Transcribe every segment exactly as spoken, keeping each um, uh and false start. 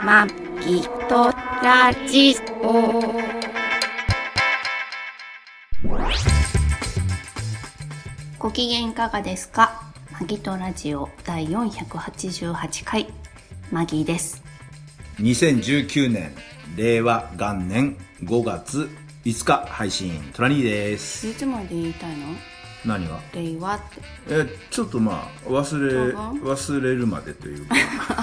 まきとラジオ。ご機嫌いかがですか？マギとラジオだいよんひゃくはちじゅうはちかい、マギーです。 にせんじゅうきゅうねんれいわがんねんごがついつか配信、トラニーです。 いつまで言いたいの？ 何が？ 令和って。 えちょっとまあ忘れ忘れるまでというか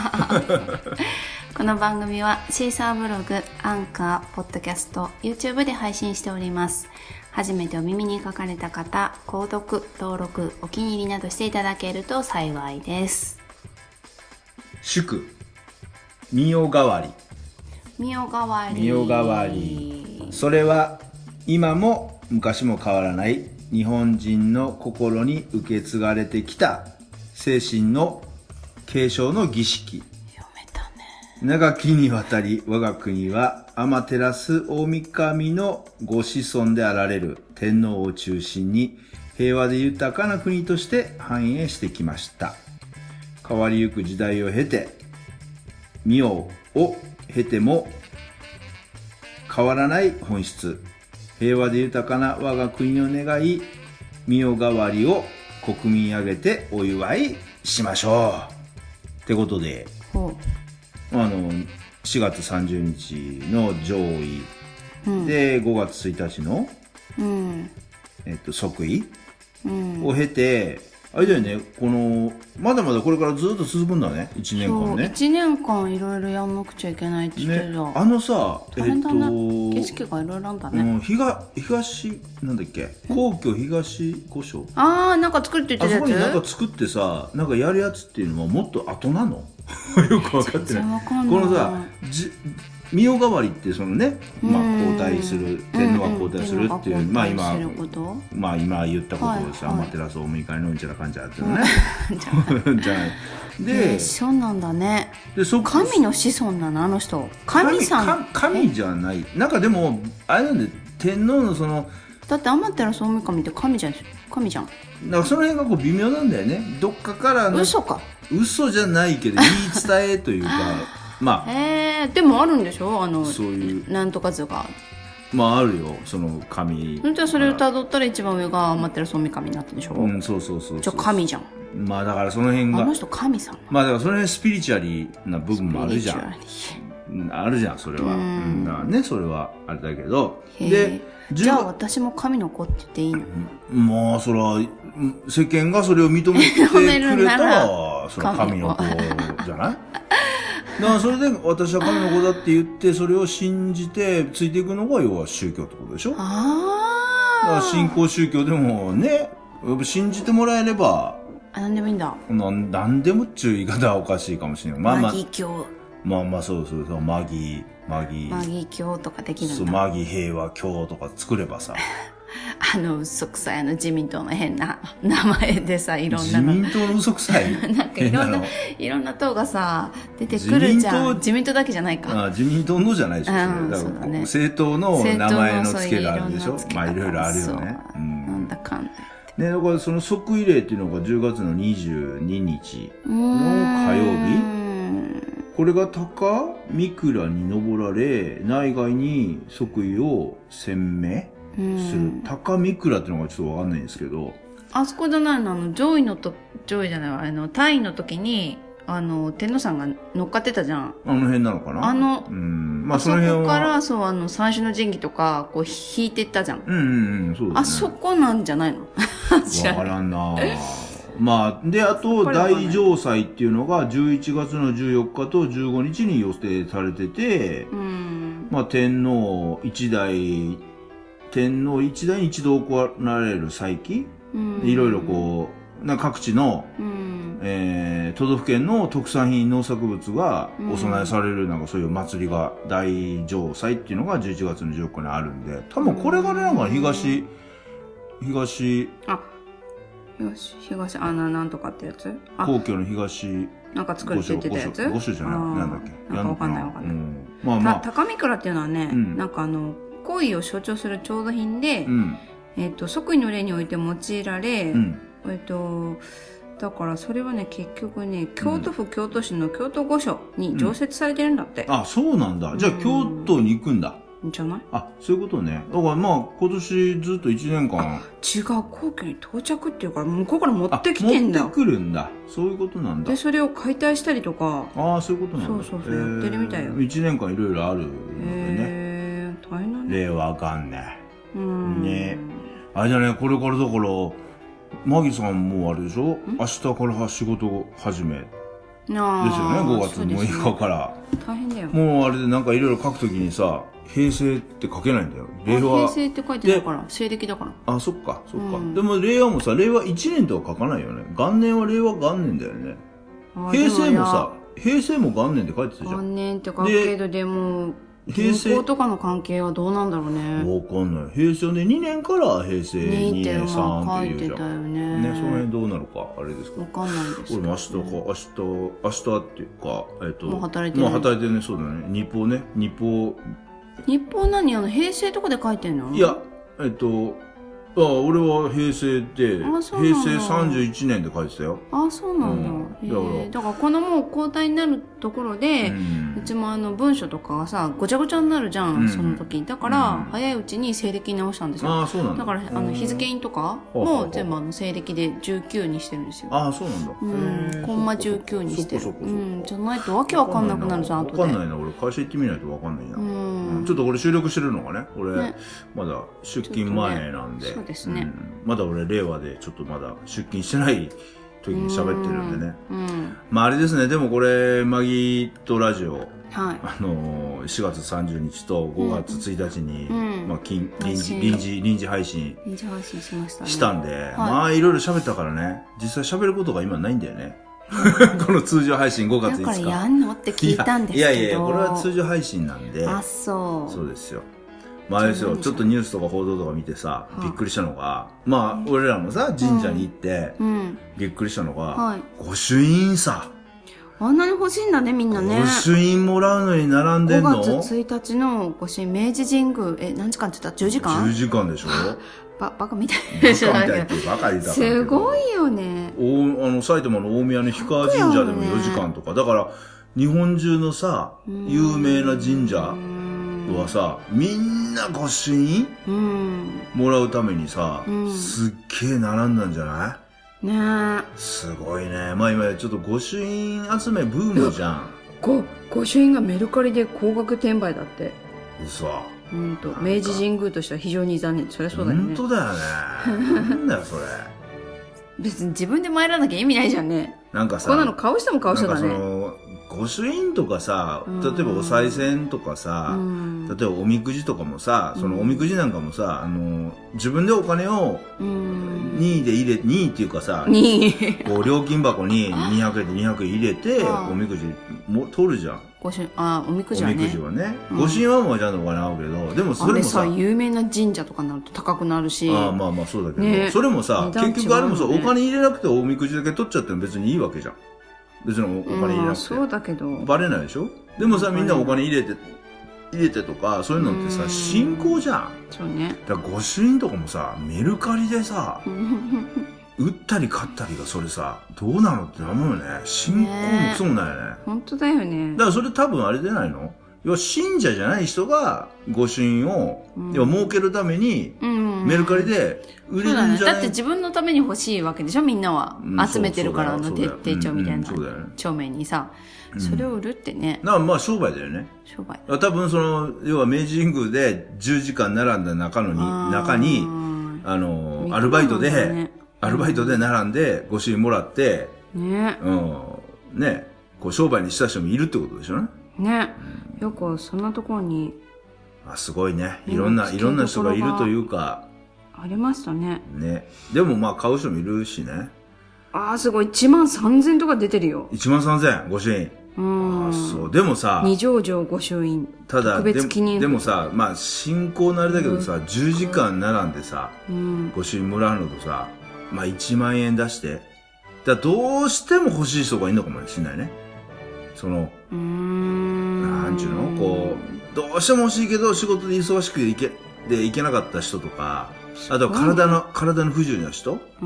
この番組はシーサーブログ、アンカー、ポッドキャスト、YouTube で配信しております。初めてお耳に書かれた方、購読、登録、お気に入りなどしていただけると幸いです。 祝みよ代わり。 みよ代わり。 みよ代わり。それは今も昔も変わらない日本人の心に受け継がれてきた精神の継承の儀式。 読めたね。 長きにわたり我が国は天照大神のご子孫であられる天皇を中心に平和で豊かな国として繁栄してきました。変わりゆく時代を経て、御代を経ても変わらない本質、平和で豊かな我が国を願い、御代代わりを国民挙げてお祝いしましょうってことで、 ほうあのしがつさんじゅうにちの上位、うん、でごがつついたちの、うんえっと、即位、うん、を経て、あれだよね、このまだまだこれからずっと続くんだね、いちねんかんね。 いちねんかんいろいろやんなくちゃいけないって言ってるじゃん、 ね、あのさ、 大変だね、えっと、景色がいろいろあんだね、うん、 東東なんだっけ、皇居東御所、 ああ、なんか作るって言ってたやつ。 あそこになんか作ってさ、なんかやるやつっていうのはもっと後なのよく分かってない。 かんない。 このさ、じ御代代わりってそのね、まあ、交代する、天皇が交代するっていう、うんうん、まあ今まあ今言ったことをさ、天照大神のうんちゃらかんちゃらっていうのね、うん、じゃないで、 子孫なんだね。 でそ神の子孫なの、あの人。神さん。 神, 神じゃない。なんかでもあれなんで、天皇のそのだって天照大神って神じゃん、神じゃん。 だからその辺がこう微妙なんだよね。どっかからの嘘か。 嘘じゃないけど言い伝えというかまあ、 えー、でもあるんでしょ、あのそういうなんとか図が。 まああるよ、その神。 じゃあそれをたどったら一番上が天照大神になってるんでしょ。 うん、そうそうそうそう。 じゃあ神じゃん。 まあだからその辺があの人神さん。 まあだからその辺スピリチュアリーな部分もあるじゃん。あるじゃん、それは。うん、だからね、それはあれだけど。 で、じゃあ私も神の子って言っていいの？ まあそれは世間がそれを認めてくれたらそれは神の子じゃない？だからそれで私は神の子だって言ってそれを信じてついていくのが要は宗教ってことでしょ。 ああ。 だから信仰宗教でもね、信じてもらえれば、 あ、なんでもいいんだ。 ななんでもっちゅう言い方はおかしいかもしれない。まあまあ、 マギ教。 まあまあそうそうそう、マギマギマギ教とかできるんだ。 そう、マギ平和教とか作ればさ。 あの嘘くさいあの自民党の変な名前でさ、いろんなの自民党の嘘くさいなんかいろんないろんな党がさ出てくるじゃん。自民党だけじゃないか。 ああ、自民党のじゃないでしょ、うん、だから、ね、政党の名前の付けがあるでしょ。まあいろいろあるよね、うん、 なんだかんだね。だからその即位礼っていうのがじゅうがつのにじゅうににちの火曜日、これが高御倉に登られ内外に即位を宣明する。高御倉っていうのがちょっとわかんないんですけど、 あそこじゃないの、あの上位のと上位じゃないわ、あの大位の時にあの天皇さんが乗っかってたじゃん。 あの辺なのかな。 あの、 うん、まあそこからそうあの三種の神器とかこう引いてったじゃん。 うんうんうん、そうだね。 あそこなんじゃないの？ わからんな。まあ、で、あと、大城祭っていうのがじゅういちがつのじゅうよっかとじゅうごにちに予定されてて、うん、まあ、天皇一代、天皇一代に一度行われる祭忌、うん、いろいろこう、な各地の、うんえー、都道府県の特産品農作物がお供えされる、なんかそういう祭りが、大城祭っていうのがじゅういちがつのじゅうよっかにあるんで、多分これがね、なんか東、東、 あ東、東、あの、なんとかってやつ？ 皇居の東、 なんか作るって言ってたやつ？ 御所じゃない？なんだっけ？ なんかわかんないわかんない。うん、 まあまあ。 高御倉っていうのはね、うん、なんかあの、皇位を象徴する調度品で、うん、えっと、即位の礼において用いられ、うん、えっと、 だからそれはね、結局ね、京都府京都市の京都御所に常設されてるんだって。 うん、あ、そうなんだ。じゃあ京都に行くんだ。 じゃない？ あ、そういうことね。だからまあ、今年ずっといちねんかん。 違う、皇居に到着っていうから、向こうから持ってきてんだ。 持ってくるんだ。そういうことなんだ。 で、それを解体したりとか。 ああ、そういうことなんだ。 そうそうそう、えー、やってるみたいよ。 いちねんかんいろいろあるのでね。 へー、大変だね。 令和元年。 うん。 ね。あれじゃね、これからだから、マギさんもあれでしょ？明日から仕事始め。ですよね、ごがつむいかから。 大変だよ。 もうあれでなんかいろいろ書くときにさ、平成って書けないんだよ。令和。 平成って書いてないから、西暦だから。 あ、そっか、そっか。うん、でも令和もさ、令和いちねんとは書かないよね。元年は令和元年だよね。平成もさ、平成も元年って書いてたじゃん。 元年って書くけど、でも、銀行とかの関係はどうなんだろうね。 わかんない。平成でにねんから平成にねん、さんっていうじゃん。書いてたよね。ね、その辺どうなるか、あれですか。 わかんないですけど、ね。 俺も明日か、明日、明日っていうか、えっと。 もう働いてる。 もう働いてるね、そうだね。日報ね、日報。 日報何あの、平成とかで書いてんの？ いや、えっと、ああ、俺は平成で、平成さんじゅういちねんで書いてたよ。 ああ、そうなんだ。うん、だから、だからこのもう交代になるところで、うん、うちもあの文書とかがさ、ごちゃごちゃになるじゃん、うん、その時。だから、うん、早いうちに西暦に直したんですよ。 ああ、そうなんだ。 だから、あの、日付印とかも全部あの西暦でじゅうきゅうにしてるんですよ。 ああ、そうなんだ。 うん。コンマじゅうきゅうにしてる。うん。じゃないとわけわかんなくなるじゃん、後で。 わかんないな。俺、会社行ってみないとわかんないな。うん。ちょっと俺収録してるのがね、俺、ね、まだ出勤前なんで。 そうですね。 まだ俺、令和でちょっとまだ出勤してない時に喋ってるんでね。うん、まああれですね、でもこれ、マギとラジオ、はい、あのー、しがつさんじゅうにちとごがつついたちに、うん、まあ、臨時、臨時、臨時配信。 臨時配信しましたね。 したんで、はい、まあいろいろ喋ったからね、実際喋ることが今ないんだよね。この通常配信ごがついつか。 だからやんのって聞いたんですけど。 いやいやいや、これは通常配信なんで。 あ、そう。 そうですよ。まああれですよ、ちょっとニュースとか報道とか見てさ、びっくりしたのが、まあ、俺らもさ、神社に行って、びっくりしたのが、御朱印さ。 あんなに欲しいんだね、みんなね。 御朱印もらうのに並んでんの？ ごがつついたちの御朱印、明治神宮、え、何時間って言った？ じゅう 時間 ?じゅう時間でしょば、バカみたいな。バカみたいってバカ言ったから。 すごいよね。 お、あの、埼玉の大宮の氷川神社でもよじかんとか。だから、日本中のさ、有名な神社、はさ、みんな御朱印、うん、もらうためにさ、うん、すっげえ並んだんじゃないねえ。 すごいね。まあ今ちょっと御朱印集めブームじゃん。 ご、御朱印がメルカリで高額転売だって。 嘘。 うんと、明治神宮としては非常に残念。そりゃそうだよね。 本当だよね。なんだよそれ。 別に自分で参らなきゃ意味ないじゃんね。 なんかさ、 こんなの買う人も買う人だね。 なんかその御朱印とかさ、例えばお賽銭とかさ、例えばおみくじとかもさ、そのおみくじなんかもさ、あの、自分でお金を任意で入れ、任意っていうかさ、こう料金箱ににひゃくえんでにひゃくえん入れて、おみくじも取るじゃん。 御朱印、あ、おみくじはね。 おみくじはね。御朱印はもうちゃんとお金合うけど、でもそれもさ。 あれさ、有名な神社とかになると高くなるし。 ああ、まあまあそうだけど、それもさ、結局あれもさ、お金入れなくておみくじだけ取っちゃっても別にいいわけじゃん。別にお金入れなくて。 そうだけど。 バレないでしょ？でもさ、みんなお金入れて、入れてとか、そういうのってさ、信仰じゃん。 そうね。 だから御朱印とかもさ、メルカリでさ、売ったり買ったりがそれさ、どうなのって思うよね。信仰もそうないよね。 本当だよね。 だからそれ多分あれじゃないの？要は信者じゃない人が御朱印を、うん、要は儲けるために、メルカリで売れるんじゃない、うんうん、 だって自分のために欲しいわけでしょみんなは。うん、集めてるから、あの手帳みたいな、うんうんね、帳面にさ。それを売るってね。 だからまあ商売だよね。 商売。 多分その、要は明治神宮でじゅうじかん並んだ中のに、中に、あの、アルバイトで、ね、アルバイトで並んで御朱印もらって、 ね。 うん。ね。こう商売にした人もいるってことでしょうね。 ね。うん、よくそんなところに。 あ、すごいね。いろんな、いろんな人がいるというか。 ありましたね。 ね。でもまあ買う人もいるしね。 ああ、すごい。いちまんさんぜんとか出てるよ。 いちまんさんぜん、御朱印。 うん。 ああ、そう。でもさ。 二条城御朱印。 ただ、 特別記念でもさ、まあ、信仰のあれだけどさ、うん、じゅうじかん並んでさ、うん、御朱印もらうのとさ、まあ、いちまんえん出して、だどうしても欲しい人がいるのかもしれないね。その、 うーん。 なんちゅうのこう、どうしても欲しいけど、仕事で忙しくいけ、で行けなかった人とか、あとは体の、体の不自由な人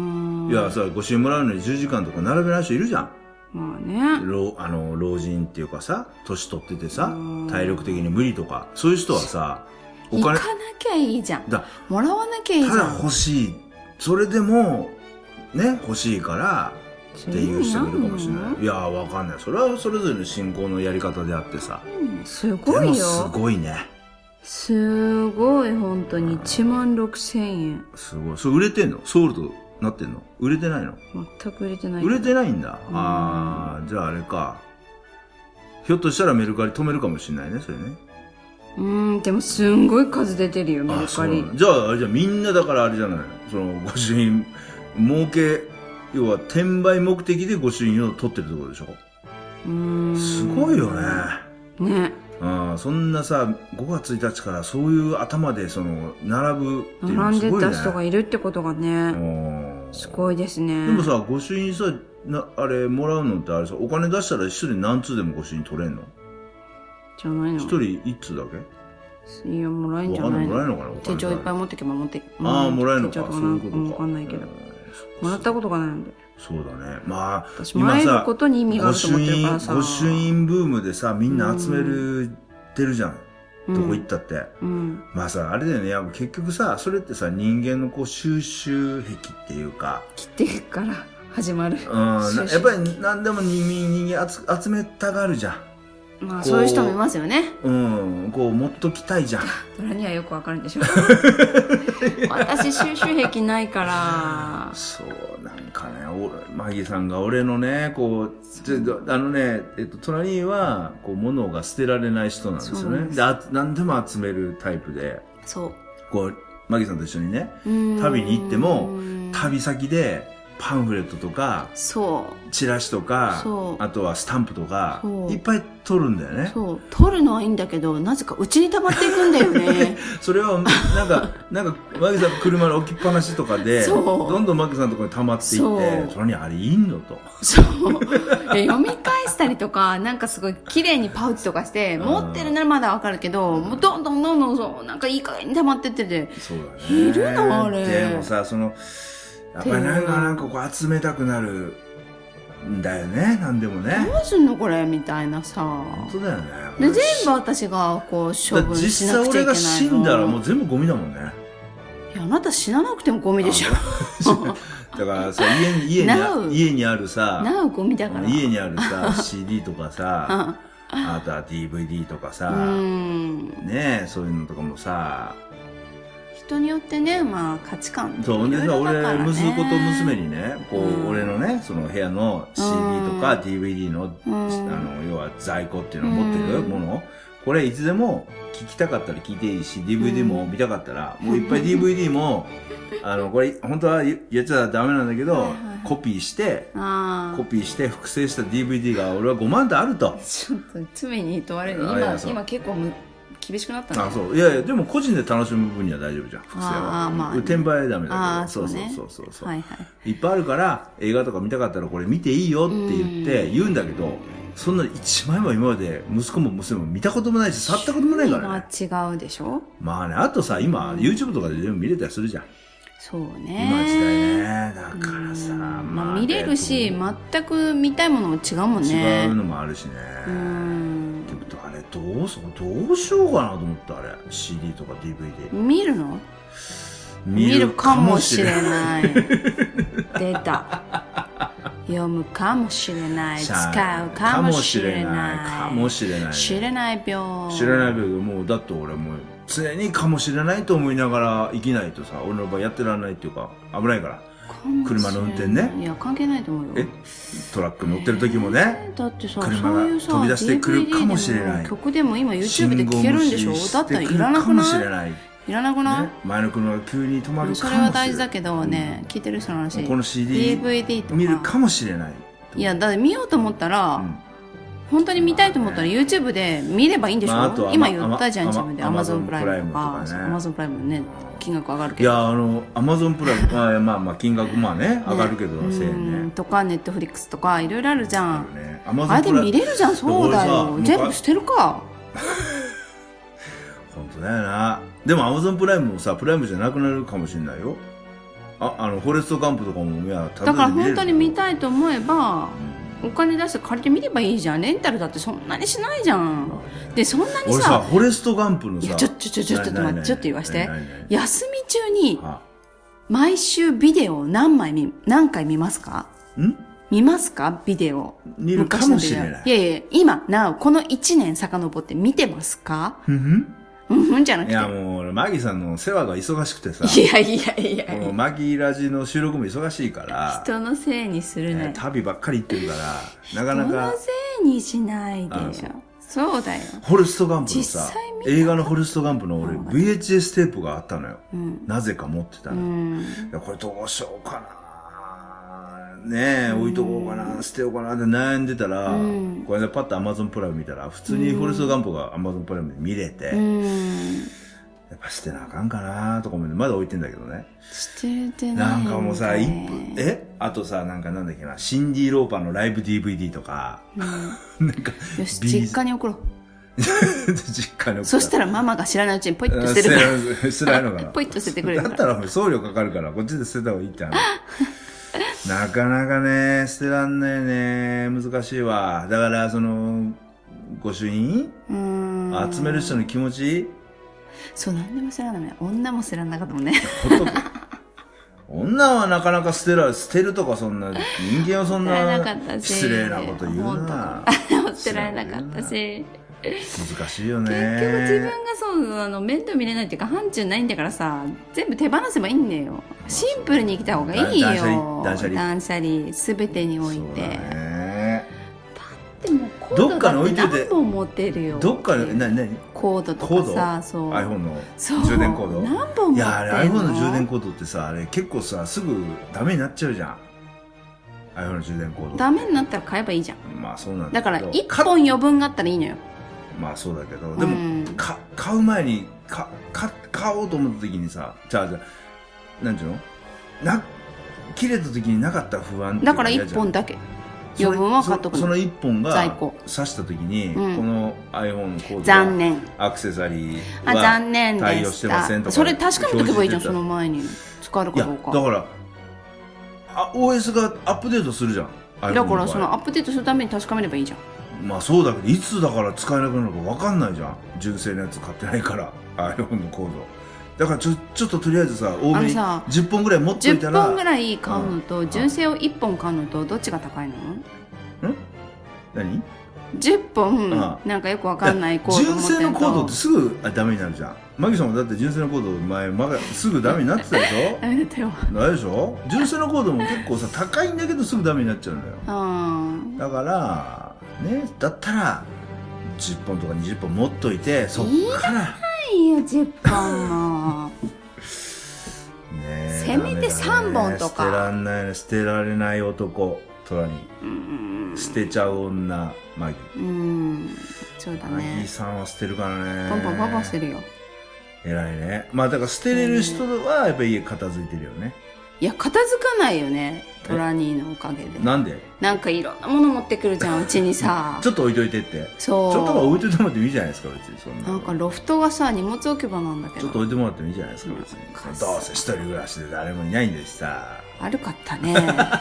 いや、さ、ご朱印もらうのにじゅうじかんとか並べない人いるじゃん。 まあね。 老、あの、老人っていうかさ、年取っててさ、体力的に無理とか、そういう人はさ、 お金。行かなきゃいいじゃん。だもらわなきゃいいじゃん。 ただ欲しい。それでも、ね、欲しいから、っていう人もいるかもしれない。いや、わかんない。それはそれぞれの信仰のやり方であってさ。 うん、すごいよ。 すごいね。 すごい、本当にいちまんろくせんえん。 すごい。それ売れてんの？ソールドなってんの？売れてないの？ 全く売れてない。 売れてないんだ。ああ、じゃああれか。ひょっとしたらメルカリ止めるかもしれないね、それね。 うん、でもすんごい数出てるよ、メルカリ。 じゃあ、あれじゃあみんなだからあれじゃないの？その、御朱印、儲け、要は転売目的で御朱印を取ってるってことでしょ？うーん。すごいよね。 ね。 ああ、そんなさ、ごがつついたちからそういう頭でその、並ぶっていうのすごいね。 並んでた人がいるってことがね。すごいですね。 でもさ、御朱印さ、な、あれ、もらうのってあれさ、お金出したら一人何通でも御朱印取れんの？ じゃないの？ 一人一通だけ？ いや、もらえんじゃないの？ もらえるのかな？ 手帳いっぱい持ってけば持って、 ああ、もらえるのか。 手帳とかなんかわかんないけど。もらったことがないので。 そうだね。まあ、 私もらえることに意味があると思ってるからさ。 御朱印ブームでさ、みんな集める、てるじゃん。どこ行ったって。うん、まあさ、あれだよね。いや結局さ、それってさ、人間のこう収集癖っていうか。 切ってから始まる。 うん。やっぱり何でも人間、人間集めたがるじゃん。 まあそういう人もいますよね。 うん、こう持っときたいじゃん。 ドラにはよくわかるんでしょ。私収集癖ないから。 そうなんかね、マギさんが俺のね、こうあのね、えっと隣にはこう物が捨てられない人なんですよね。で、あ何でも集めるタイプで、そう。こうマギさんと一緒にね、旅に行っても旅先で。パンフレットとか、そう。チラシとか、そう。あとはスタンプとか、いっぱい取るんだよね。 そう。取るのはいいんだけど、なぜかうちに溜まっていくんだよね。 それを、なんか、なんか、マギさんの車の置きっぱなしとかで、そう。どんどんマギさんのところに溜まっていって、それにあれいいのと。 そう。読み返したりとか、なんかすごい綺麗にパウチとかして、持ってるならまだわかるけど、もうどんどんどんどんそう、なんかいい加減に溜まってってて。そうだね。いるのあれ。 でもさ、その、やっぱりなんかなんかこう集めたくなるんだよね、なんでもね。 どうすんのこれみたいなさ。 本当だよね。 で、全部私がこう処分しなくちゃいけないの。実際俺が死んだらもう全部ゴミだもんね。 いや、あなた死ななくてもゴミでしょ。 だからさ、家に、家に、家にあるさ、 なうゴミだから。 家にあるさ、シーディー とかさ、あとは ディーブイディー とかさ、ねえ、そういうのとかもさ、 人によってね、まあ価値観っていろいろだからね。そう、でさ、俺、息子と娘にね、こう、 うん、 俺のね、その部屋の シーディー とか ディーブイディー の、うん、あの、要は在庫っていうのを持ってるもの、うん、これいつでも聞きたかったら聞いていいし、ディーブイディー も見たかったら、うん、もういっぱい ディーブイディー も、あの、これ、本当はやっちゃダメなんだけど、はいはい、コピーして、コピーして複製した ディーブイディー が俺はごまんとあると。 ちょっと罪に問われる。今、今結構む、厳しくなったね。 あ、そう。いやいや、でも個人で楽しむ分には大丈夫じゃん、複製は。あ、まあ、ね。転売はダメだけど。そうそうそうそうそう。はいはい。いっぱいあるから、映画とか見たかったらこれ見ていいよって言って言うんだけど、そんな一枚も今まで息子も娘も見たこともないし、触ったこともないからね。 まあ違うでしょ？ まあね、あとさ、今、YouTube とかで全部見れたりするじゃん。 そうね。 今時代ね。だからさ、 まあ見れるし、全く見たいものも違うもんね。 違うのもあるしね。うん。あれどうすどうしようかなと思ったあれ シーディー とか ディーブイディー見るの？見るかもしれない出た読むかもしれない使うかもしれないかもしれない知れない病知れない病もうだって俺もう常にかもしれないと思いながら生きないとさ俺の場合やってられないっていうか危ないから車の運転ね。 いや関係ないと思うよ。えトラック乗ってる時もね。 だってさ車が飛び出してくるかもしれない。 曲でも今 YouTube で聴けるんでしょ。だったらいらなくない？いらなくない？ 前の車が急に止まるかもしれない。 それは大事だけどね、聞いてる人の話。 この シーディーディーブイディー とか見るかもしれない。 いやだって見ようと思ったら。本当に見たいと思ったら YouTube で見ればいいんでしょ、まあ、今言ったじゃん自分で Amazon プライムとか Amazon プライムね金額上がるけどいやあの Amazon プライムまあまあまあ金額まあね上がるけどせいねとか Netflix とかいろいろあるじゃん、ね、あれで見れるじゃんそうだよ全部捨てるか本当だよなでも Amazon プライムもさプライムじゃなくなるかもしれないよああのフォレストガンプとかもいやだから本当に見たいと思えば、うん、お金出して借りてみればいいじゃん。レンタルだってそんなにしないじゃん。でそんなにさ俺さフォレストガンプのさいやちょちょちょちょちょっと待ってちょっと言わして休み中に毎週ビデオ何枚見何回見ますか？ん見ますかビデオ。 見るかもしれない。 いやいや今なおこのいちねん遡って見てますか？ うんふんうんふんじゃなくて。 いやもう、マギさんの世話が忙しくてさ。 いやいやいやいや。 もうマギラジの収録も忙しいから。 人のせいにするね。 旅ばっかり行ってるから、なかなか。 人のせいにしないでしょ。そうだよ。 フォレストガンプのさ、映画のフォレストガンプの俺、ブイエイチエス テープがあったのよ。うん、なぜか持ってたの。うん、いやこれどうしようかな。ねえ、置いとこうかな、捨てようかなって悩んでたら、うん、これでパッとアマゾンプライム見たら、普通にフォレストガンプがアマゾンプライムで見れて、うん、やっぱ捨てなあかんかなとか思って、まだ置いてんだけどね。 捨ててない、ね。 なんかもうさ、一分、えあとさ、なんかなんだっけな、シンディ・ローパーのライブ ディーブイディー とか、うん、なんか、 よし、実家に送ろう。 実家に送ろう。 そしたらママが知らないうちにポイッと捨てるから。 捨てないのかな。 ポイッと捨ててくれるから。 だったら送料かかるから、こっちで捨てた方がいいって話。なかなかね、捨てらんないね。難しいわ。だから、その、御朱印集める人の気持ちそう、なんでも捨てらんない。女も捨てらんなかったもんね。 女はなかなか捨てら、捨てるとかそんな、人間はそんな、失礼なこと言うな。 捨てられなかったし。 難しいよね。 結局自分がそう、あの、面倒見れないっていうか、範疇ないんだからさ、全部手放せばいいんだよ。シンプルに生きた方がいいよ。 断捨離。 断捨離。すべてにおいて。だってもうコーどっドだってかに置いてて何本持ってるよ。 どっかに、な、なにコードとかさ、そう。 iPhone の充電コード。 何本持ってるの？ いや、あれ iPhone の充電コードってさ、あれ結構さ、すぐダメになっちゃうじゃん。iPhone の充電コード。 ダメになったら買えばいいじゃん。 まあそうなんだけど。だからいっぽん余分があったらいいのよ。 まあそうだけど、でも、うん、か買う前にかか買おうと思った時にさ、じゃあじゃあなんていうの、な切れた時になかった不安っていうだからいっぽんだけ余分は買っとくの。 そ, そのいっぽんが在庫挿した時に、うん、この iPhone のコード残念アクセサリーは残念対応してませんとか、 それ確かめとけばいいじゃん。その前に使えるかどうか。 いやだからあ オーエス がアップデートするじゃん。 だからそのアップデートするために確かめればいいじゃん。 まあそうだけど、いつだから使えなくなるか分かんないじゃん。純正のやつ買ってないから、iPhone のコード。だからちょ、ちょっととりあえずさ、多めにじゅっぽんぐらい持っといたら。じゅっぽんぐらい買うのと、うん、純正をいっぽん買うのと、どっちが高いの？ ん？何？ じゅっぽん、なんかよく分かんないコード持ってると。 純正のコードってすぐダメになるじゃん。マギさんもだって純正のコード前、ま、すぐダメになってたでしょ？ ダメだったよ。 ダメでしょ？純正のコードも結構さ、高いんだけどすぐダメになっちゃうんだよ。うん。だから、ね、だったらじゅっぽんとかにじゅっぽん持っといて、そっからいらないよじゅっぽんもね、 せめてさんぼんとか。 捨てらんない、捨てられない男トラに捨てちゃう女マギ。うんそうだね。 マギさんは捨てるからね。 ポンポンポンポン捨てるよ。 偉いね。まあだから捨てれる人はやっぱり家片付いてるよね。 いや片付かないよね。トラニーのおかげで。 なんで？ なんかいろんなもの持ってくるじゃん、うちにさ。 ちょっと置いといてって。 そう。 ちょっとは置いといてもらってもいいじゃないですか、別にそんな。 なんかロフトがさ、荷物置き場なんだけど。 ちょっと置いてもらってもいいじゃないですか、別に。どうせ一人暮らしで誰もいないんですさ。 悪かったね。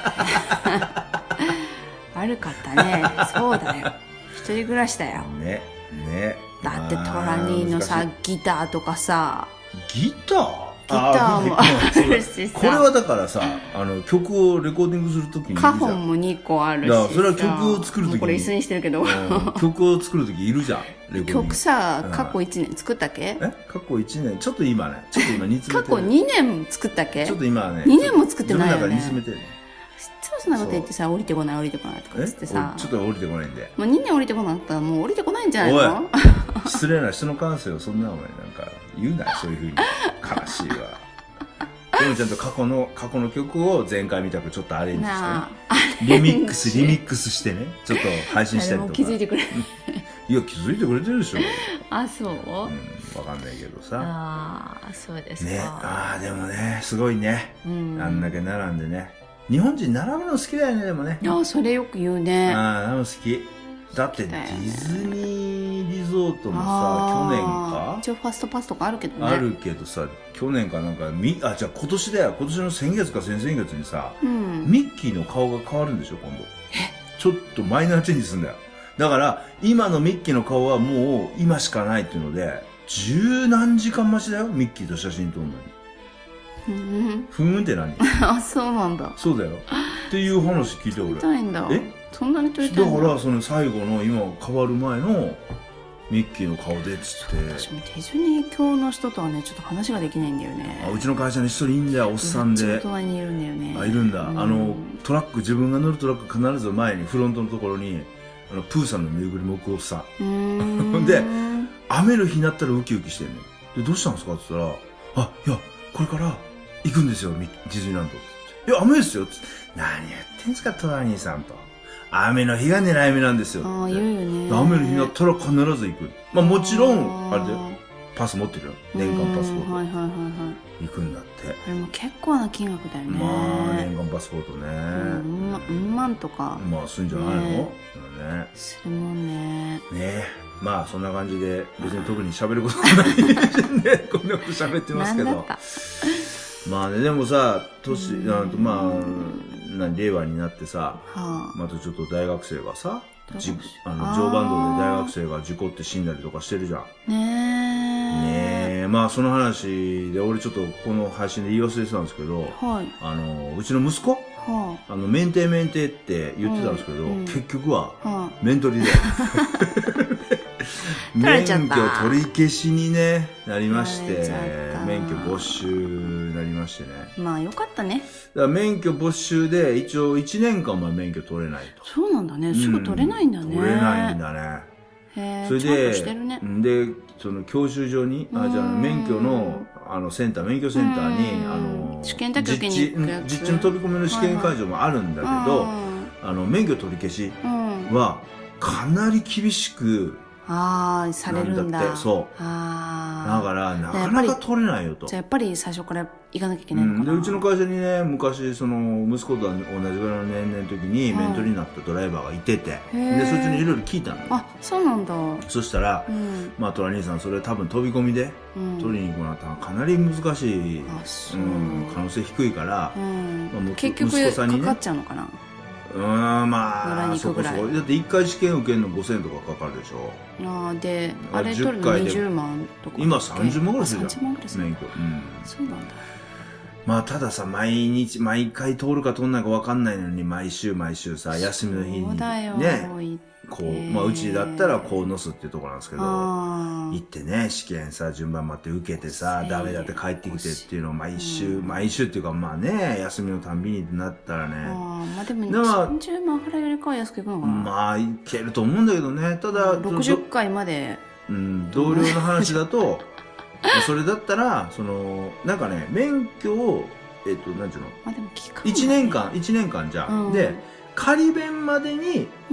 悪かったね。そうだよ。一人暮らしだよ。 ね。ね。 だってトラニーのさ、ギターとかさ。 ギター？ ギターもあるしさ。 これはだからさ、あの曲をレコーディングするときにカホンもにこあるしさ。 それは曲を作るときに。 これ椅子にしてるけど。 曲を作るときいるじゃん。レコーディング。 曲さ、過去いちねん作ったっけ？ え過去いちねん。ちょっと今ね。ちょっと今煮詰めてる。 過去にねん作ったっけ？ ちょっと今ね。 にねんも作ってないよね。 自分の中で煮詰めてる。 いつもそんなこと言ってさ、降りてこない降りてこないとかつってさ。 ちょっと降りてこないんで。 もうにねん降りてこなかったらもう降りてこないんじゃないの？ おい失礼な人の感性をそんなお前なんか言うな、そういうふうに。悲しいわ。でもちゃんと過去の、過去の曲を前回みたくちょっとアレンジしてね。リミックス、リミックスしてね。ちょっと配信したりとか。 気づいてくれいや、気づいてくれてるでしょ。 あ、そう？うん、 わかんないけどさ。 ああ、そうですか。 ね、ああ、でもね、すごいね。うん、あんだけ並んでね。日本人並ぶの好きだよね、でもね。 いや、それよく言うね。 ああ、好き。だってディズニニーリゾートもさ、去年か一応ファストパスとかあるけどね。 あるけどさ、去年かなんか、み、あ、じゃあ今年だよ。今年の先月か先々月にさ、うん、ミッキーの顔が変わるんでしょ、今度。ちょっとマイナーチェンジするんだよ。だから、今のミッキーの顔はもう今しかないっていうので、十何時間待ちだよ、ミッキーと写真撮るのに。ふーん。ふーんって何あ、そうなんだ。 そうだよ。っていう話聞いて俺。 撮りたいんだ。 えそんなに撮りたいんだ。 だから、その最後の今変わる前のミッキーの顔でっつって。 私もディズニー教の人とはね、ちょっと話ができないんだよね。 あ、うちの会社に一人いんだよ、おっさんで。 隣にいるんだよね。 あ、いるんだ。うん、あの、トラック、自分が乗るトラック必ず前に、フロントのところに、あの、プーさんのぬいぐるみ置くおっさん。で、雨の日になったらウキウキしてんねん。で、どうしたんですかって言ったら、あ、いや、これから行くんですよ、ディズニーランドって。いや、雨ですよ。何やってんすか、トラニーさんと。雨の日が狙い目なんですよ。 ああ、言うよね。 雨の日になったら必ず行く。まあもちろん、あれだよ。パス持ってるよ。年間パスポート。 はいはいはいはい。 行くんだって。 あれも結構な金額だよね。 まあ、年間パスポートね。 うん、ま、うん万とか。 まあ、するんじゃないの、ね、 するもんね。 ねえ。まあ、そんな感じで、別に特に喋ることないんで、こんなこと喋ってますけど。まあね、でもさ、年、なんとまあ、な令和になってさ、はあ、またちょっと大学生がさ、じあの常磐道で大学生が事故って死んだりとかしてるじゃん。ねえ。ねえ。まあその話で俺ちょっとこの配信で言い忘れてたんですけど、はい、あのうちの息子、はあ、あのメンテメンテって言ってたんですけど、うんうん、結局は、はあ、メントリで免許取り消しに、ね、なりまして免許没収になりましてね。 まあよかったね。 だから免許没収で一応いちねんかんは免許取れないと。 そうなんだね。すぐ取れないんだね。 うん、取れないんだね。へそれで、ちゃんとしてるね、でその教習所にあじゃあ免許のあのセンター免許センターにあの試験だけ受けに行くやつ、 実地の飛び込みの試験会場もあるんだけど、はいはい、あの免許取り消しはかなり厳しくああ、されるんだ。 なんだって、そう。あだから、なかなか取れないよと。 じゃあやっぱり最初から行かなきゃいけないのかな、 うん、で、うちの会社にね、昔、その、息子と同じぐらいの年齢の時に、メントリになったドライバーがいてて、で、そっちにいろいろ聞いたのよ。 あ、そうなんだ。 そしたら、うん、まあ、トラ兄さん、それ多分飛び込みで、うん、取りに行くのはかなり難しい、あ、そう、うん、可能性低いから、うん、 まあ、結局、息子さんにね、かかっちゃうのかな。 うん、まあ、そこそこ。だって一回試験受けるのごせんえんとかかかるでしょ。ああ、で、 あれ取るのにじゅうまんとか。 今さんじゅうまんぐらいするじゃん。 さんじゅうまんぐらいする。 免許。うん。 そうなんだ。 まあ、たださ、毎日、毎回通るか通んないか分かんないのに、毎週毎週さ、休みの日に。そうだよ。ね。こう、まあ、うちだったら、こうのすっていうところなんですけど、行ってね、試験さ、順番待って受けてさ、ダメだって帰ってきてっていうのを毎週、毎週っていうか、まあね、休みのたんびになったらね。 あまあでも、さんじゅうまん払いよりかは安くいくのかな。 まあ、いけると思うんだけどね。ただ、 ろくじゅっかいまで。 うん、同僚の話だと、それだったら、その、なんかね、免許を、えっと、なんちゅうの、 まあでも期間、 ね。いちねんかん、いちねんかんじゃん。うん、で、仮免までに、うん、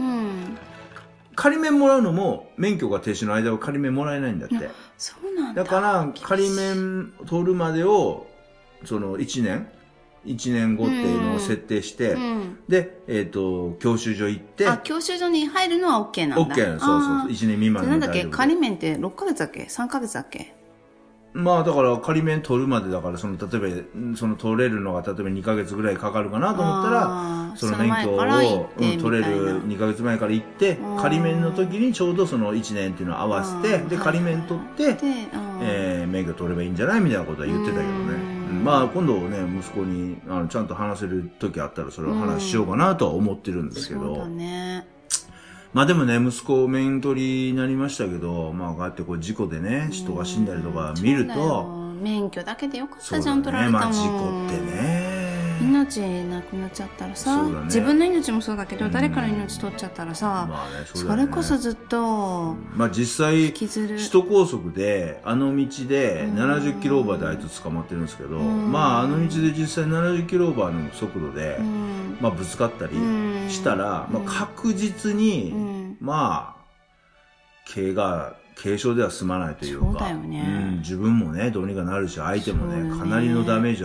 仮免もらうのも、免許が停止の間は仮免もらえないんだって。 そうなんだ。 だから、仮免取るまでを、その、いちねん ?いち 年後っていうのを設定して、うん、で、えっ、ー、と、教習所行って。 あ、教習所に入るのは OK なんだ。 OK そうそうそう。いちねん未満のなんだっけ仮免ってろっかげつだっけ ?さん ヶ月だっけまあだから仮免取るまでだから、その例えば、その取れるのが例えばにかげつぐらいかかるかなと思ったら、その免許を、うん、取れるにかげつまえから行って、仮免の時にちょうどそのいちねんっていうのを合わせて、で、仮免取って、えー、免許取ればいいんじゃないみたいなことは言ってたけどね。まあ今度ね、息子にあのちゃんと話せる時あったらそれを話しようかなとは思ってるんですけど。そうだね。まあでもね、息子免取りになりましたけど、まあこうやってこう事故でね、人が死んだりとか見ると。 免許だけでよかったじゃん、取られたもん。 まあ事故ってね。 命なくなっちゃったらさ、ね、自分の命もそうだけど、うん、誰かの命取っちゃったらさ、まあね そ, ね、それこそずっと、 まあ実際首都高速であの道でななじゅっキロオーバーであいつ捕まってるんですけど、まああの道で実際ななじゅっキロオーバーの速度で、まあぶつかったりしたら、まあ確実に、まあ怪我軽傷では済まないというか、 そうだよね、 うん、自分もねどうにかなるし相手もねかなりのダメージは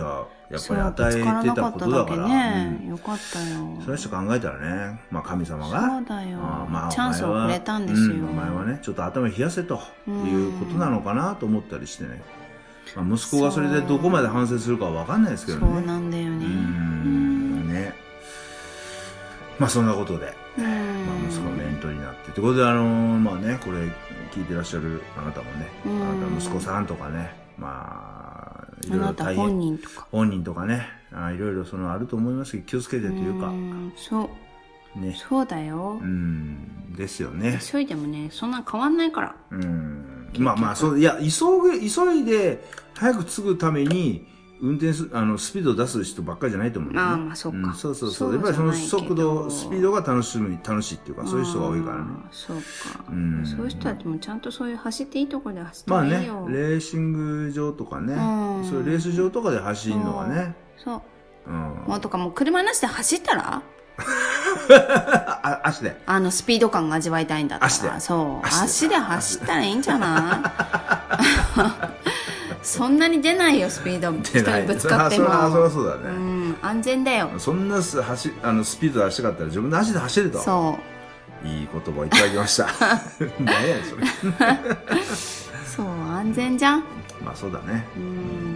やっぱり与えてたことだから。 ね、うん、よかったよ。 そういう人考えたらね、まあ神様が。 そうだよ。 あまあ、 チャンスをくれたんですよ、うん。 お前はね、ちょっと頭冷やせということなのかなと思ったりしてね。まあ、息子がそれでどこまで反省するかは分かんないですけどね。 そうなんだよね。うんね。まあそんなことで、まあ、息子の念頭になってということで、あのー、まあね、これ聞いてらっしゃるあなたもね、あなた息子さんとかね、まあいろいろ大変、 本人とか本人とかね、あいろいろそのあると思いますけど気をつけてというか、 うんそうね、 そうだよ。 うんですよね。 急いでもね、そんな変わんないから。 うん、まあまあそういや急ぐ急いで早く継ぐために。運転す、あの、スピードを出す人ばっかりじゃないと思うんだよね。 ああ、まあそうか、うん。 そうそうそう。やっぱりその速度、スピードが楽しみ、楽しいっていうか、そういう人が多いからね。 そうか。うん。そういう人たちもちゃんとそういう走っていいところで走っていいよ。まあね、レーシング場とかね、うん、そういうレース場とかで走るのはね。 そう。うん。もうとかもう車なしで走ったらあ足で。 あの、スピード感が味わいたいんだったら。 足で。 そう。足で走ったらいいんじゃないそんなに出ないよ、スピード。人にぶつかっても。 そりゃそうだね。 うん、安全だよ。 そんなす走あのスピード出したかったら自分の足で走ると。 そう。 いい言葉をいただきました。何やねんそれ。 そう、安全じゃん。 まあそうだね。 うん。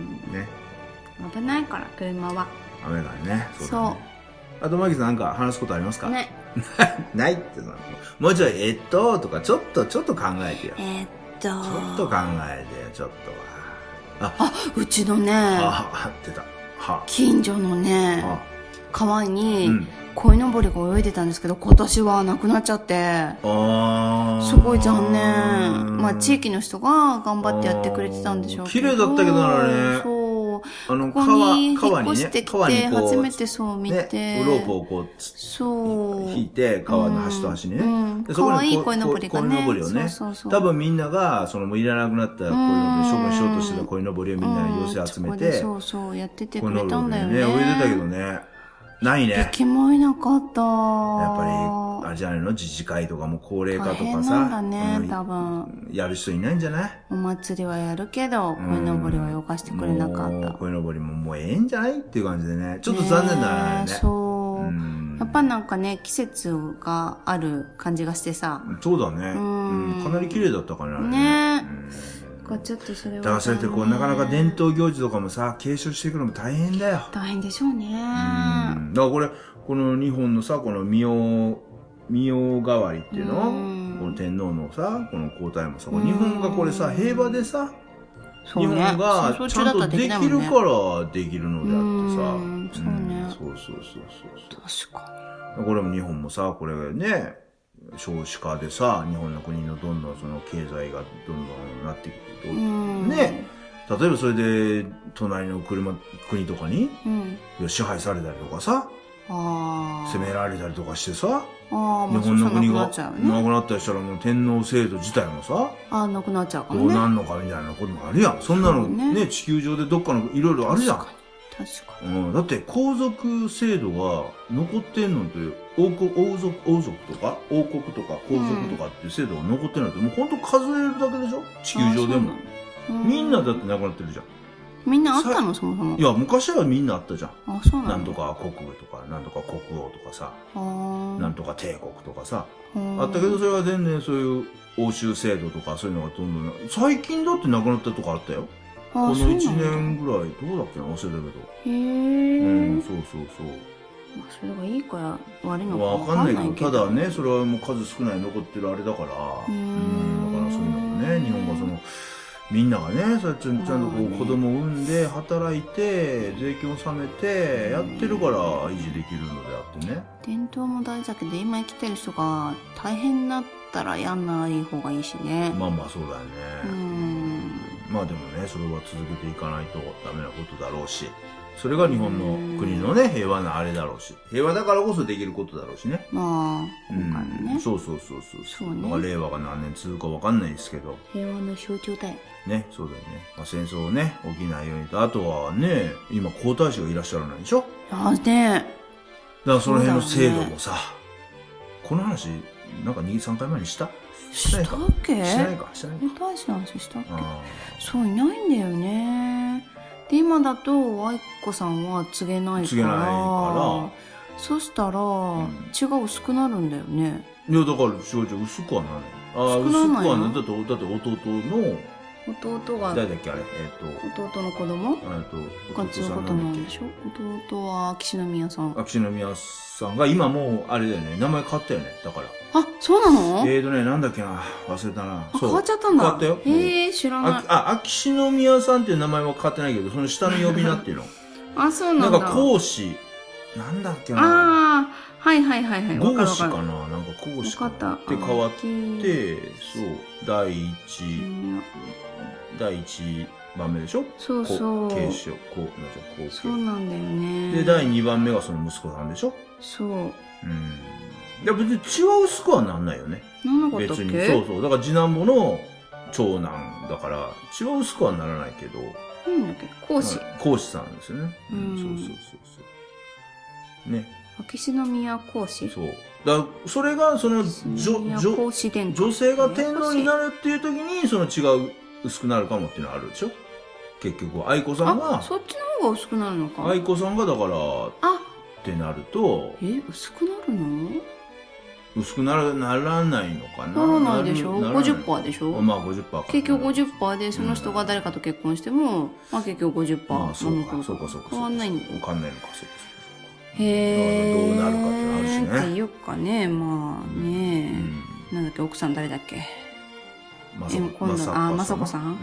ね。 危ないから、車は。 雨がね。 そうだね。 あとマギさんなんか話すことありますか？ ない。 ないってのはもうちょいえっととかちょっとちょっと考えてよ。 えっと。ちょっと考えてよちょっとは。 あ, あうちのねあ出たは近所のね川に鯉のぼりが泳いでたんですけど、今年はなくなっちゃって、あすごい残念。まあ地域の人が頑張ってやってくれてたんでしょうけど、 綺麗だったけどなね。 そうあのここに引っ越してきて初めてそう見て、 ね、ロープをこうそう引いて川の端と端にね、うんうん、かわいい鯉のぼりがね、 鯉のぼりをね、そうそうそう多分みんながそのもういらなくなった鯉のぼり、処分しようとしてた鯉のぼりをみんなで寄せ集めて、 そうそうやっててくれたんだよね。 ね、泳いでたけどね。ないね。 一匹もいなかった。 やっぱり、あれじゃないの自治会とかも高齢化とかさ。 大変なんだね、うん、多分。 やる人いないんじゃない？ お祭りはやるけど、鯉のぼりは動かしてくれなかった。 鯉のぼりももうええんじゃないっていう感じでね。ちょっと残念だね。 そう。うん、やっぱなんかね、季節がある感じがしてさ。 そうだね。うん、かなり綺麗だったからね。 ね。うんちょっとそれはだからそれってこうなかなか伝統行事とかもさ継承していくのも大変だよ。 大変でしょうね。 うんだからこれこの日本のさこの御代御代替わりっていうのこの天皇のさこの皇太もさ日本がこれさ平和でさ、ね、日本がちゃんとできるからできるのであってさ、 そうね、 そうそうそうそう確かに。 これも日本もさこれね少子化でさ日本の国のどんどんその経済がどんどんなっていくとね例えばそれで隣の車国とかに、うん、支配されたりとかさあ攻められたりとかしてさあ、まあ、日本の国がなくなったりしたらもう天皇制度自体もさあなくなっちゃうかもねどうなんのかみたいなこともあるやん。そんなのね、ね地球上でどっかのいろいろあるじゃん。確かに確かに、うん、だって皇族制度が残ってんのって王国王族王族とか王国とか皇族とかっていう制度が残ってんのって、うん、もうほんと数えるだけでしょ地球上でもみんなだってなくなってるじゃん。 みんなあったのそもそも。 いや昔はみんなあったじゃん。 あそうなの。 なんとか国部とかなんとか国王とかさなんとか帝国とかさあったけどそれは全然そういう欧州制度とかそういうのがどんどん最近だってなくなったとかあったよ。このいちねんぐらいどうだっけな忘れたけど。へえ。うんそうそうそう。 まあそれがいいか悪いのかわかんないけどただねそれはもう数少ない残ってるあれだからうんだからそういうのもね日本がそのみんながねそうやってちゃんとこう子供を産んで働いて税金を納めてやってるから維持できるのであってね。 伝統も大事だけど今生きてる人が大変になったらやんない方がいいしね。 まあまあそうだよね。うんまあでもねそれは続けていかないとダメなことだろうしそれが日本の国のね平和なあれだろうし平和だからこそできることだろうしね。 まあ今回のね、 うん、そうそうそうそうそうね。 まあ令和が何年続くかわかんないですけど平和の象徴だよね。そうだよね、まあ、戦争をね起きないようにとあとはね今皇太子がいらっしゃらないでしょ。 あねだからその辺の制度もさ、ね、この話なんかに、さんかいまえにしたしたっけ？ してないかしてないか皇太子の話したっけ？そういないんだよね。 で今だと愛子さんは告げないから告げないからそしたら、うん、血が薄くなるんだよね。 いやだから違う違う薄くはならない。あ薄くはない。だってだって弟の弟が誰だっけあれえっ、ー、 と弟の子供えっと弟さんなんでしょ。弟は秋篠宮さん。 秋篠宮さんが今もうあれだよね名前変わったよねだから。 あそうなの？ えーとねなんだっけな忘れたな。 あ変わっちゃったんだ。 変わったよ。 へえー、知らない。 あ秋篠宮さんっていう名前は変わってないけどその下の呼び名っていうのあそうなんだ。 なんか皇嗣なんだっけなああはいはいはいはい皇嗣かななんか皇嗣かなって変わってそう第一第一番目でしょ。 そうそう継承こうなんかそうなんだよね。 でだいにばんめがその息子さんでしょ。 そううんいや別に血は薄くはなんないよね。 なんなかったっけ。別にそうそうだから次男坊の長男だから血は薄くはならないけどなんだっけ皇嗣皇嗣さんですよね。 うん、 うん、そうそうそうそうね秋篠宮皇嗣そうだそれがその女女性が天皇になるっていう時にその血が薄くなるかもっていうのはあるでしょ。結局愛子さんがそっちの方が薄くなるのか。 愛子さんがだからあってなるとえ薄くなるの薄くならならないのかな。 ならないでしょ。 ごじゅっパーセント でしょ。 まあ ごじゅっパーセント か結局 ごじゅっパーセント でその人が誰かと結婚しても、うん、まあ結局 ごじゅっパーセントまあそうかそうかそうか変わんないの。 変わんないのかそうかへーどうなるかってのあるしね。 っていうかねまあね、うん、なんだっけ奥さん誰だっけまさこ今度あ雅子さん、うん、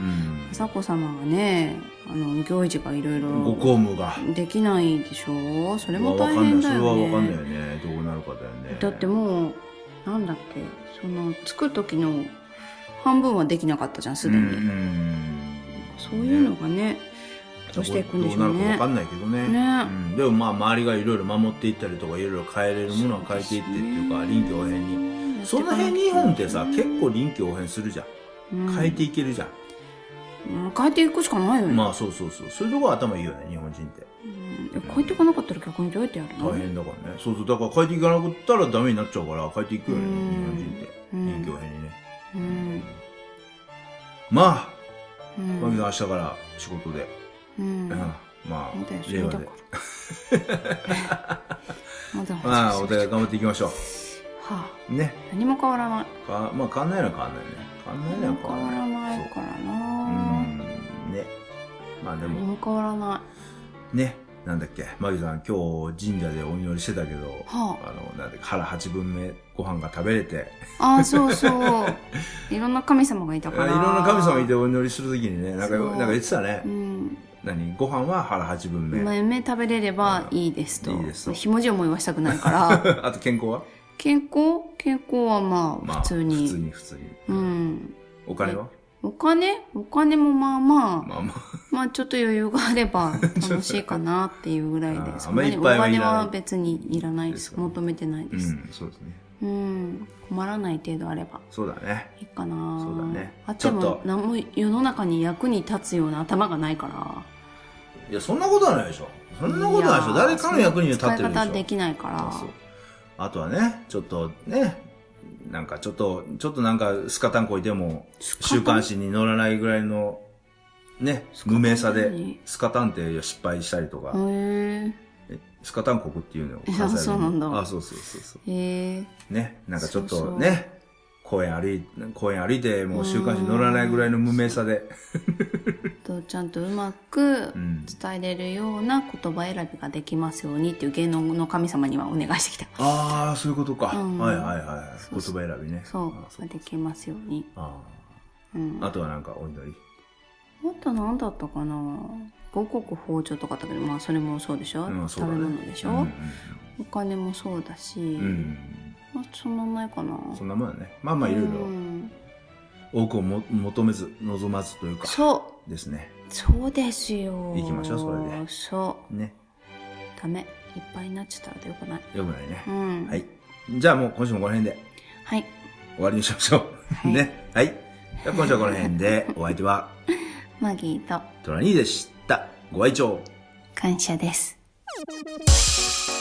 雅子様がねあの行事がいろいろご公務ができないでしょ。それも大変だよね。 それは分かんないよねどうなるかだよね。 だってもうなんだっけその作る時の半分はできなかったじゃんすでに。うんそういうのがねどうしていくんでしょうね。 どうなるか分かんないけどね。 ね、 うん、でもまあ周りがいろいろ守っていったりとかいろいろ変えれるものは変えていってっていうか臨機応変にその辺日本ってさ結構臨機応変するじゃん。変えていけるじゃん、 うん、変えていくしかないよね。 まあそうそうそうそういうとこは頭いいよね日本人って、 うん、変えていかなかったら逆にどうやってやるの。 大変だからね。そうそうだから変えていかなかったらダメになっちゃうから変えていくよね、うん、日本人って臨機応変にね、うん、まあマギさん明日から仕事で、うんうん、まあ令和でまあお互い頑張っていきましょう。 はあ、 ね。 何も変わらない。 かまあ変わんないのは変わんないね。変わんないのは変わんない。 変わらないからな。 うん。ね。まあでも。 何も変わらない。 ね。なんだっけ。マギさん今日神社でお祈りしてたけど、はあ、あの、なんで腹八分目ご飯が食べれて。 ああ、そうそう。いろんな神様がいたから。 いろんな神様いてお祈りするときにね、なんか、なんか言ってたね。うん。何ご飯は腹八分目。 梅食べれればいいですと。いいですと。ひもじい思いはしたくないから。 あと健康は健康健康はまあ普通に、まあ、 普通に普通にうんお金はお金お金もまあまあまあまあまあちょっと余裕があれば楽しいかなっていうぐらいでそんなにお金は別にいらないです。求めてないです。 うんそうですね。 うん困らない程度あればそうだねいいかな。 そうだね。 あっちも何も世の中に役に立つような頭がないから。 いやそんなことはないでしょ。そんなことはないでしょ。誰かの役に立ってるでしょ。 使い方できないから。そうそうあとはね、ちょっとね、なんかちょっと、ちょっとなんかスカタンこいても、週刊誌に載らないぐらいの、ね、無名さで、スカタンって失敗したりとか、へスカタン国っていうのを。 あ、そうなんだ。 あ、そうそうそうそう。 へね、なんかちょっとね、そうそう公園歩い、公園歩いて、もう週刊誌に載らないぐらいの無名さで。 とちゃんとうまく伝えれるような言葉選びができますようにっていう芸能の神様にはお願いしてきた。 ああ、そういうことか。うん、はいはいはい。言葉選びね。 そう。そうできますように。あ,、 うん、あとはなんかお祈り。 あと何だったかな。五穀豊穣とかだけど、まあそれもそうでしょ、うん、そうだね、食べ物でしょ、うんうんうん、お金もそうだし、うん、まあそんなないかな。 そんなもんやね。まあまあいろいろ。うん多くをも求めず望まずというかそうですね。 そうですよ。 行きましょうそれで。 そうね。 ダメいっぱいになっちゃったらよくない。 よくないね。 うん。 はい。じゃあもう今週もこの辺で。 はい。 終わりにしましょう。はい、ね。はい。じゃあ今週はこの辺でお相手はマギーとトラニーでした。ご愛聴感謝です。